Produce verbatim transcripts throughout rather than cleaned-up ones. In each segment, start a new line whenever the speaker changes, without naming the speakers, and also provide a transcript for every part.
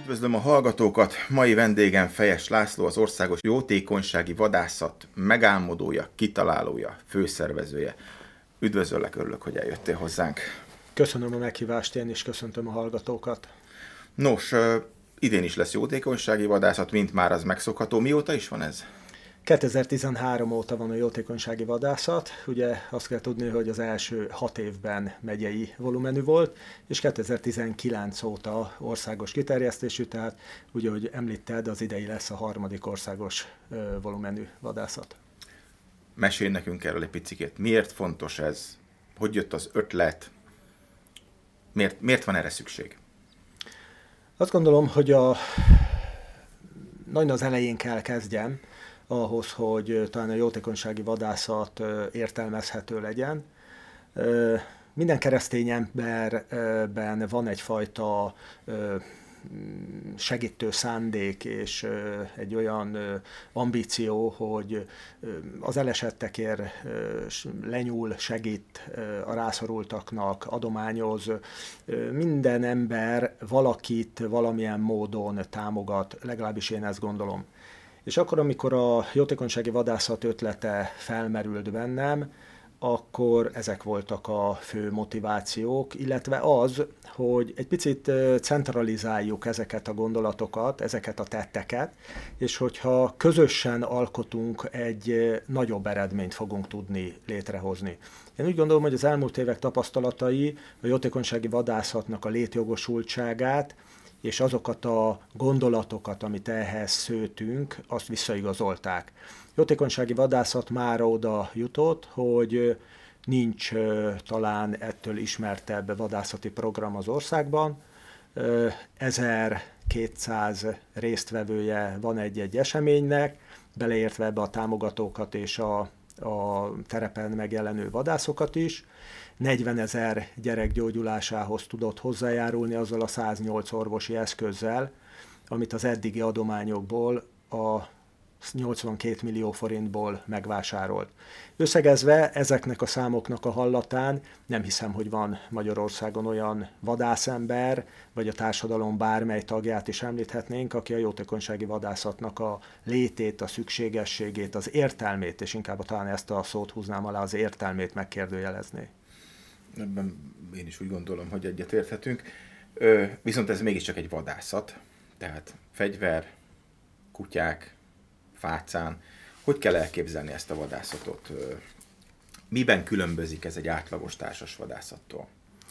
Üdvözlöm a hallgatókat! Mai vendégem Fejes László, az Országos Jótékonysági Vadászat megálmodója, kitalálója, főszervezője. Üdvözöllek, örülök, hogy eljöttél hozzánk.
Köszönöm a meghívást, én is köszöntöm a hallgatókat.
Nos, idén is lesz jótékonysági vadászat, mint már az megszokható. Mióta is van ez?
kétezer-tizenhárom óta van a jótékonysági vadászat, ugye azt kell tudni, hogy az első hat évben megyei volumenű volt, és kétezer-tizenkilenc óta országos kiterjesztésű, tehát ugye, ahogy említed, az idei lesz a harmadik országos ö, volumenű vadászat.
Mesélj nekünk erről egy picikét. Miért fontos ez? Hogy jött az ötlet? Miért, miért van erre szükség?
Azt gondolom, hogy a nagyon az elején kell kezdjem, ahhoz, hogy talán a jótékonysági vadászat értelmezhető legyen. Minden keresztény emberben van egyfajta segítő szándék és egy olyan ambíció, hogy az elesettekért lenyúl, segít a rászorultaknak, adományoz. Minden ember valakit valamilyen módon támogat, legalábbis én ezt gondolom. És akkor, amikor a jótékonysági vadászat ötlete felmerült bennem, akkor ezek voltak a fő motivációk, illetve az, hogy egy picit centralizáljuk ezeket a gondolatokat, ezeket a tetteket, és hogyha közösen alkotunk, egy nagyobb eredményt fogunk tudni létrehozni. Én úgy gondolom, hogy az elmúlt évek tapasztalatai a jótékonysági vadászatnak a létjogosultságát, és azokat a gondolatokat, amit ehhez szőtünk, azt visszaigazolták. Jótékonysági vadászat már oda jutott, hogy nincs talán ettől ismertebb vadászati program az országban. ezerkétszáz résztvevője van egy-egy eseménynek, beleértve ebbe a támogatókat és a, a terepen megjelenő vadászokat is. negyvenezer gyerek gyógyulásához tudott hozzájárulni azzal a száznyolc orvosi eszközzel, amit az eddigi adományokból a nyolcvankét millió forintból megvásárolt. Összegezve ezeknek a számoknak a hallatán nem hiszem, hogy van Magyarországon olyan vadászember, vagy a társadalom bármely tagját is említhetnénk, aki a jótékonysági vadászatnak a létét, a szükségességét, az értelmét, és inkább talán ezt a szót húznám alá, az értelmét megkérdőjelezné.
Ebben én is úgy gondolom, hogy egyetérthetünk. Viszont ez mégiscsak egy vadászat, tehát fegyver, kutyák, fácán. Hogy kell elképzelni ezt a vadászatot? Miben különbözik ez egy átlagos társas vadászattól?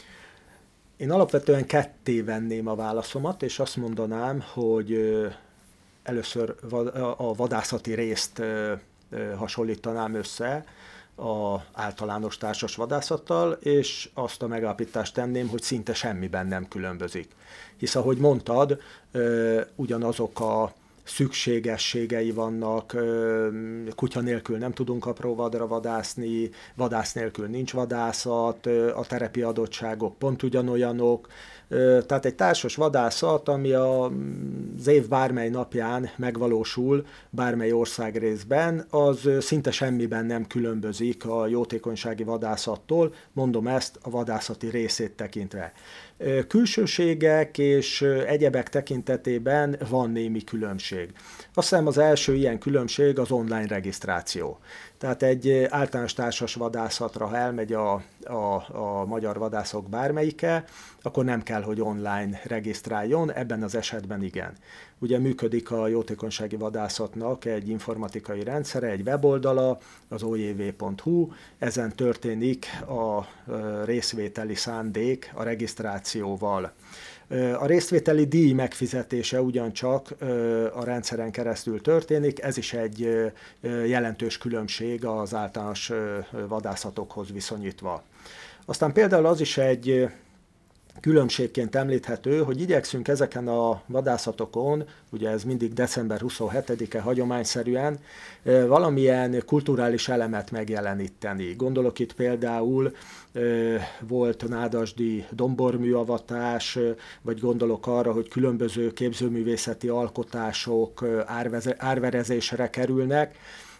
Én alapvetően ketté venném a válaszomat, és azt mondanám, hogy először a vadászati részt hasonlítanám össze az általános társas vadászattal, és azt a megállapítást tenném, hogy szinte semmiben nem különbözik. Hisz ahogy mondtad, ugyanazok a szükségességei vannak, kutya nélkül nem tudunk apró vadra vadászni, vadász nélkül nincs vadászat, a terepi adottságok pont ugyanolyanok, tehát egy társas vadászat, ami az év bármely napján megvalósul bármely országrészben, az szinte semmiben nem különbözik a jótékonysági vadászattól, mondom ezt a vadászati részét tekintve. Külsőségek és egyebek tekintetében van némi különbség. Azt hiszem az első ilyen különbség az online regisztráció. Tehát egy általános társas vadászatra, ha elmegy a, a, a magyar vadászok bármelyike, akkor nem kell, hogy online regisztráljon, ebben az esetben igen. Ugye működik a jótékonysági vadászatnak egy informatikai rendszere, egy weboldala, az o j v pont h u, ezen történik a részvételi szándék a regisztrációval. A részvételi díj megfizetése ugyancsak a rendszeren keresztül történik, ez is egy jelentős különbség az általános vadászatokhoz viszonyítva. Aztán például az is egy különbségként említhető, hogy igyekszünk ezeken a vadászatokon, ugye ez mindig december huszonhetedike hagyományszerűen, valamilyen kulturális elemet megjeleníteni. Gondolok itt például volt nádasdi domborműavatás, vagy gondolok arra, hogy különböző képzőművészeti alkotások árverezésre kerülnek,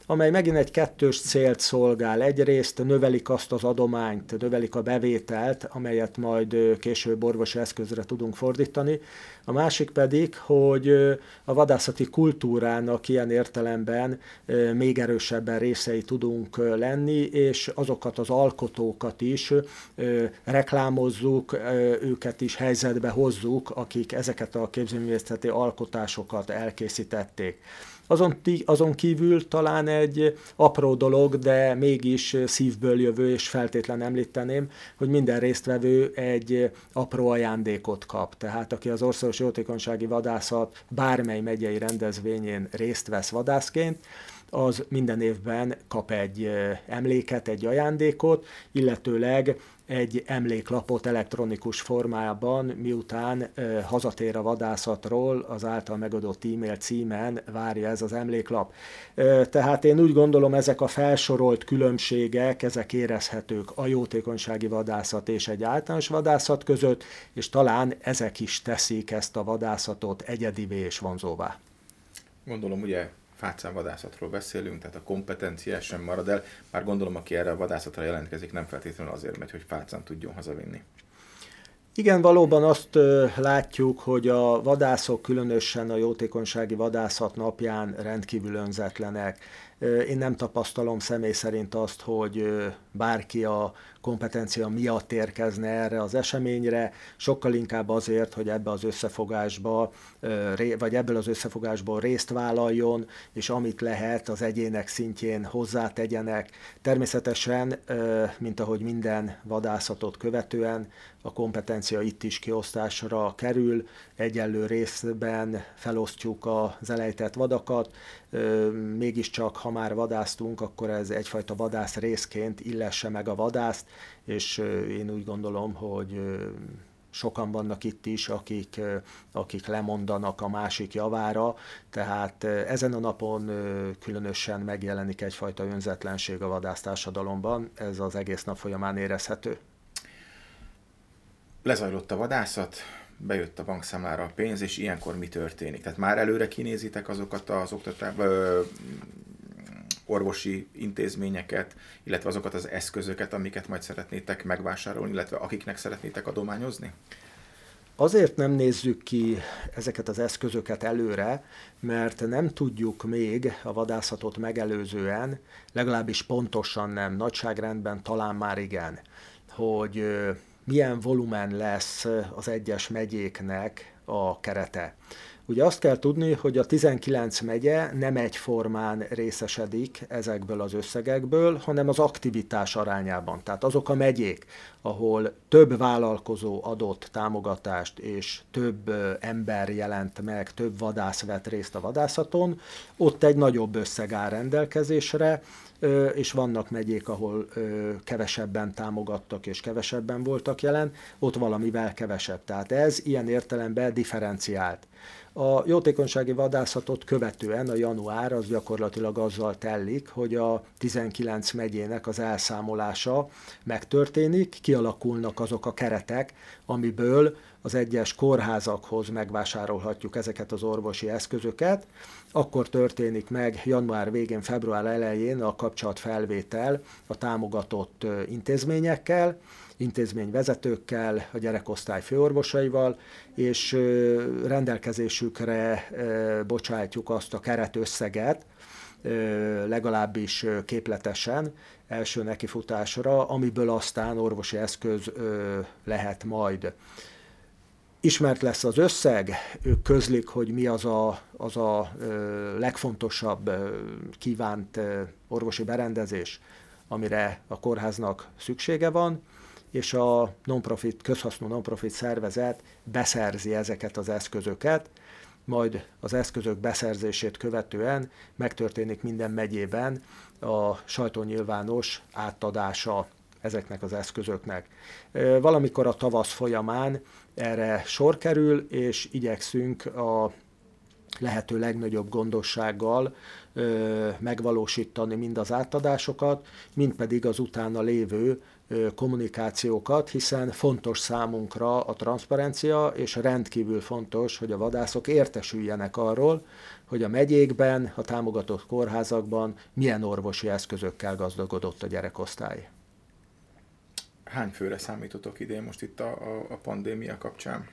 amely megint egy kettős célt szolgál. Egyrészt növelik azt az adományt, növelik a bevételt, amelyet majd később orvosi eszközre tudunk fordítani. A másik pedig, hogy a vadászati kultúrának ilyen értelemben még erősebben részei tudunk lenni, és azokat az alkotókat is reklámozzuk, őket is helyzetbe hozzuk, akik ezeket a képzőművészeti alkotásokat elkészítették. Azon, azon kívül talán egy apró dolog, de mégis szívből jövő, és feltétlen említeném, hogy minden résztvevő egy apró ajándékot kap. Tehát aki az Országos Jótékonysági Vadászat bármely megyei rendezvényén részt vesz vadászként, az minden évben kap egy emléket, egy ajándékot, illetőleg egy emléklapot elektronikus formában, miután e, hazatér a vadászatról, az által megadott e-mail címen várja ez az emléklap. E, tehát én úgy gondolom, ezek a felsorolt különbségek, ezek érezhetők a jótékonysági vadászat és egy általános vadászat között, és talán ezek is teszik ezt a vadászatot egyedivé és vonzóvá.
Gondolom, ugye fácánvadászatról beszélünk, tehát a kompetencia sem marad el. Már gondolom, aki erre a vadászatra jelentkezik, nem feltétlenül azért megy, hogy fácán tudjon hazavinni.
Igen, valóban azt látjuk, hogy a vadászok, különösen a jótékonysági vadászat napján rendkívül önzetlenek. Én nem tapasztalom személy szerint azt, hogy bárki a kompetencia miatt érkezne erre az eseményre, sokkal inkább azért, hogy ebbe az összefogásba, vagy ebből az összefogásból részt vállaljon, és amit lehet, az egyének szintjén hozzátegyenek. Természetesen, mint ahogy minden vadászatot követően, a kompetencia itt is kiosztásra kerül, egyenlő részben felosztjuk az elejtett vadakat, mégiscsak, ha már vadásztunk, akkor ez egyfajta vadász részként illesse meg a vadászt, és én úgy gondolom, hogy sokan vannak itt is, akik, akik lemondanak a másik javára, tehát ezen a napon különösen megjelenik egyfajta önzetlenség a vadásztársadalomban, ez az egész nap folyamán érezhető.
Lezajlott a vadászat, bejött a bankszámlára a pénz, és ilyenkor mi történik? Tehát már előre kinézitek azokat az oktatás, ö, orvosi intézményeket, illetve azokat az eszközöket, amiket majd szeretnétek megvásárolni, illetve akiknek szeretnétek adományozni?
Azért nem nézzük ki ezeket az eszközöket előre, mert nem tudjuk még a vadászatot megelőzően, legalábbis pontosan nem, nagyságrendben talán már igen, hogy milyen volumen lesz az egyes megyéknek a kerete. Ugye azt kell tudni, hogy a tizenkilenc megye nem egyformán részesedik ezekből az összegekből, hanem az aktivitás arányában. Tehát azok a megyék, ahol több vállalkozó adott támogatást, és több ember jelent meg, több vadász vett részt a vadászaton, ott egy nagyobb összeg áll rendelkezésre, és vannak megyék, ahol kevesebben támogattak és kevesebben voltak jelen, ott valamivel kevesebb. Tehát ez ilyen értelemben differenciált. A jótékonysági vadászatot követően a január az gyakorlatilag azzal tellik, hogy a tizenkilenc megyének az elszámolása megtörténik, kialakulnak azok a keretek, amiből az egyes kórházakhoz megvásárolhatjuk ezeket az orvosi eszközöket. Akkor történik meg január végén, február elején a kapcsolatfelvétel a támogatott intézményekkel, intézményvezetőkkel, a gyerekosztály főorvosaival, és rendelkezésükre bocsátjuk azt a keretösszeget, legalábbis képletesen, első nekifutásra, amiből aztán orvosi eszköz lehet majd. Ismert lesz az összeg, ők közlik, hogy mi az a, az a legfontosabb kívánt orvosi berendezés, amire a kórháznak szüksége van, és a non-profit, közhasznú non-profit szervezet beszerzi ezeket az eszközöket, majd az eszközök beszerzését követően megtörténik minden megyében a sajtónyilvános átadása ezeknek az eszközöknek. Valamikor a tavasz folyamán erre sor kerül, és igyekszünk a lehető legnagyobb gondossággal ö, megvalósítani mind az átadásokat, mind pedig az utána lévő ö, kommunikációkat, hiszen fontos számunkra a transzparencia, és rendkívül fontos, hogy a vadászok értesüljenek arról, hogy a megyékben, a támogatott kórházakban milyen orvosi eszközökkel gazdagodott a gyerekosztály.
Hány főre számítotok idén most itt a, a, a pandémia kapcsán?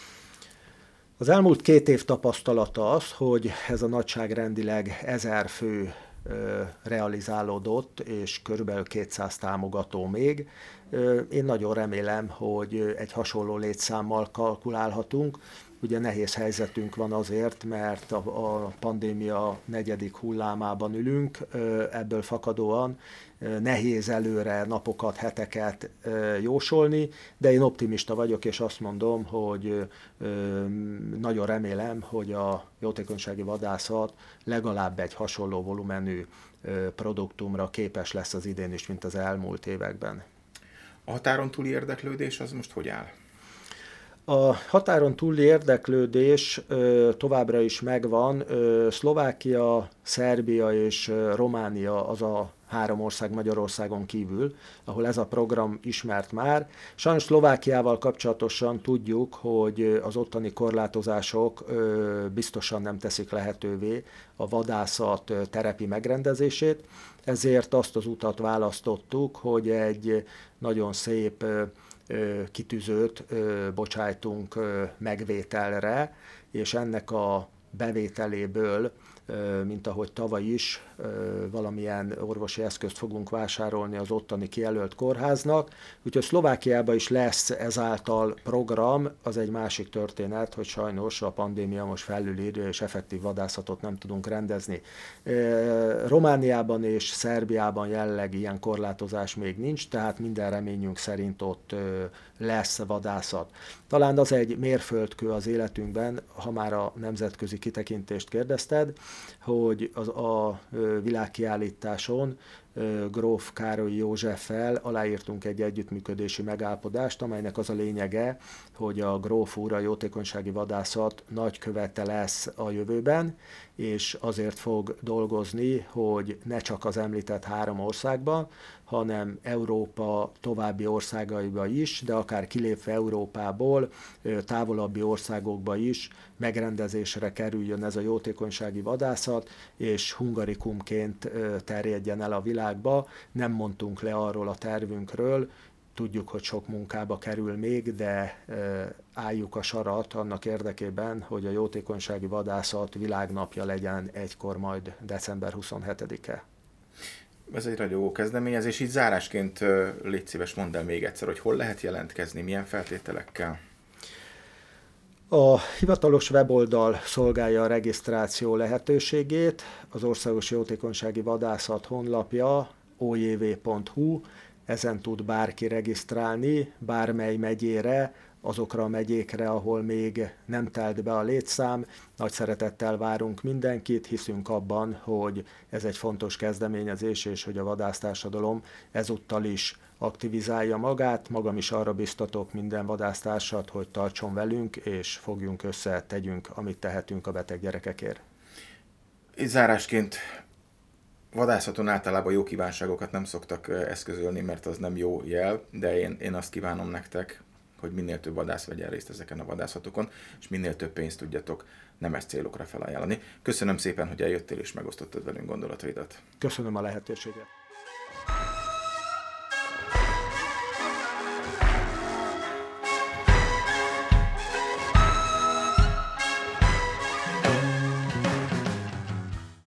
Az elmúlt két év tapasztalata az, hogy ez a nagyságrendileg ezer fő ö, realizálódott, és körülbelül kétszáz támogató még. Ö, én nagyon remélem, hogy egy hasonló létszámmal kalkulálhatunk. Ugye nehéz helyzetünk van azért, mert a, a pandémia negyedik hullámában ülünk, ö, ebből fakadóan ö, nehéz előre napokat, heteket ö, jósolni, de én optimista vagyok, és azt mondom, hogy ö, nagyon remélem, hogy a jótékonysági vadászat legalább egy hasonló volumenű ö, produktumra képes lesz az idén is, mint az elmúlt években.
A határon túli érdeklődés az most hogy áll?
A határon túli érdeklődés ö, továbbra is megvan. Ö, Szlovákia, Szerbia és ö, Románia az a három ország Magyarországon kívül, ahol ez a program ismert már. Sajnos Szlovákiával kapcsolatosan tudjuk, hogy az ottani korlátozások ö, biztosan nem teszik lehetővé a vadászat ö, terepi megrendezését, ezért azt az utat választottuk, hogy egy nagyon szép ö, kitűzőt bocsájtunk megvételre, és ennek a bevételéből, mint ahogy tavaly is, valamilyen orvosi eszközt fogunk vásárolni az ottani kijelölt kórháznak. Úgyhogy Szlovákiában is lesz ezáltal program, az egy másik történet, hogy sajnos a pandémia most felülírja, és effektív vadászatot nem tudunk rendezni. Romániában és Szerbiában jelenleg ilyen korlátozás még nincs, tehát minden reményünk szerint ott lesz vadászat. Talán az egy mérföldkő az életünkben, ha már a nemzetközi kitekintést kérdezted, hogy az, a világkiállításon gróf Károly Józseffel aláírtunk egy együttműködési megállapodást, amelynek az a lényege, hogy a gróf úr a jótékonysági vadászat nagykövete lesz a jövőben, és azért fog dolgozni, hogy ne csak az említett három országban, hanem Európa további országaiba is, de akár kilépve Európából, távolabbi országokba is megrendezésre kerüljön ez a jótékonysági vadászat, és hungarikumként terjedjen el a világba. Nem mondtunk le arról a tervünkről, tudjuk, hogy sok munkába kerül még, de álljuk a sarat annak érdekében, hogy a jótékonysági vadászat világnapja legyen egykor majd december huszonhetedike.
Ez egy nagyon jó kezdeményezés. Így zárásként légy szíves, mondd el még egyszer, hogy hol lehet jelentkezni, milyen feltételekkel?
A hivatalos weboldal szolgálja a regisztráció lehetőségét, az Országos Jótékonysági Vadászat honlapja o j v pont h u, ezen tud bárki regisztrálni, bármely megyére, azokra a megyékre, ahol még nem telt be a létszám. Nagy szeretettel várunk mindenkit, hiszünk abban, hogy ez egy fontos kezdeményezés, és hogy a vadásztársadalom ezúttal is aktivizálja magát. Magam is arra biztatok minden vadásztársat, hogy tartson velünk, és fogjunk össze, tegyünk, amit tehetünk a beteg gyerekekért.
Itt zárásként vadászaton általában jó kívánságokat nem szoktak eszközölni, mert az nem jó jel, de én, én azt kívánom nektek, hogy minél több vadász vegyen részt ezeken a vadászatokon, és minél több pénzt tudjatok nemes célokra felajánlani. Köszönöm szépen, hogy eljöttél és megosztottad velünk gondolataidat.
Köszönöm a lehetőséget.